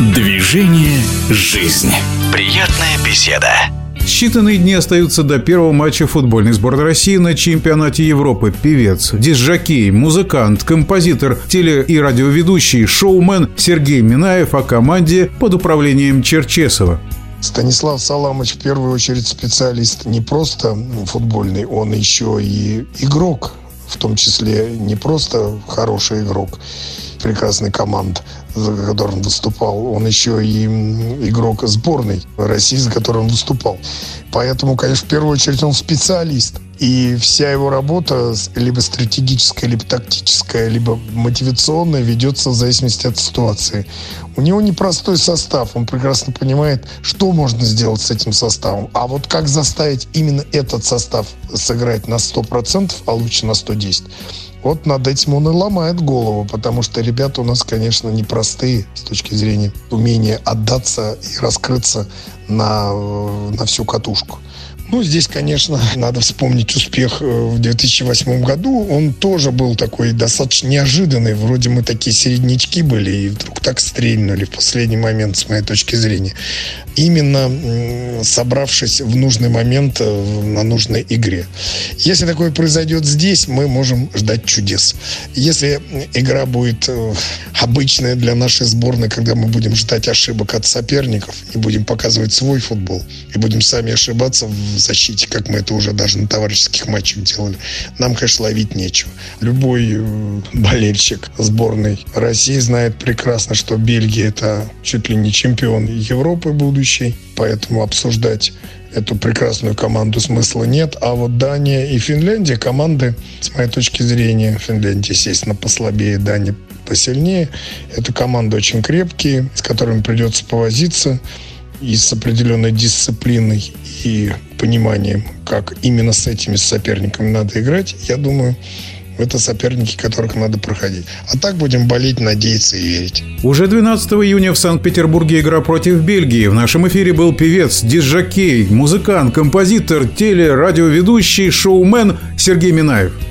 Движение «Жизнь». Приятная беседа. Считанные дни остаются до первого матча футбольной сборной России на чемпионате Европы. Певец, диск-жокей, музыкант, композитор, теле- и радиоведущий, шоумен Сергей Минаев о команде под управлением Черчесова. Станислав Саламович в первую очередь специалист не просто футбольный, он еще и игрок, в том числе не просто хороший игрок прекрасной команды, за которой он выступал, он еще и игрок сборной России, за которой он выступал. Поэтому, конечно, в первую очередь он специалист. И вся его работа, либо стратегическая, либо тактическая, либо мотивационная, ведется в зависимости от ситуации. У него непростой состав, он прекрасно понимает, что можно сделать с этим составом. А вот как заставить именно этот состав сыграть на 100%, а лучше на 110%, вот над этим он и ломает голову, потому что ребята у нас, конечно, непростые с точки зрения умения отдаться и раскрыться на всю катушку. Ну, здесь, конечно, надо вспомнить успех в 2008 году. Он тоже был такой достаточно неожиданный. Вроде мы такие середнячки были, и вдруг так стрельнули в последний момент, с моей точки зрения. Именно собравшись в нужный момент на нужной игре. Если такое произойдет здесь, мы можем ждать чудес. Если игра будет обычная для нашей сборной, когда мы будем ждать ошибок от соперников и будем показывать свой футбол, и будем сами ошибаться в защите, как мы это уже даже на товарищеских матчах делали, нам, конечно, ловить нечего. Любой болельщик сборной России знает прекрасно, что Бельгия – это чуть ли не чемпион Европы будущий, поэтому обсуждать эту прекрасную команду смысла нет. А вот Дания и Финляндия – команды, с моей точки зрения, Финляндия, естественно, послабее, Дания посильнее. Это команды очень крепкие, с которыми придется повозиться, и с определенной дисциплиной и пониманием, как именно с этими соперниками надо играть, я думаю, это соперники, которых надо проходить. А так будем болеть, надеяться и верить. Уже 12 июня в Санкт-Петербурге игра против Бельгии. В нашем эфире был певец, диск-жокей, музыкант, композитор, теле- радиоведущий, шоумен Сергей Минаев.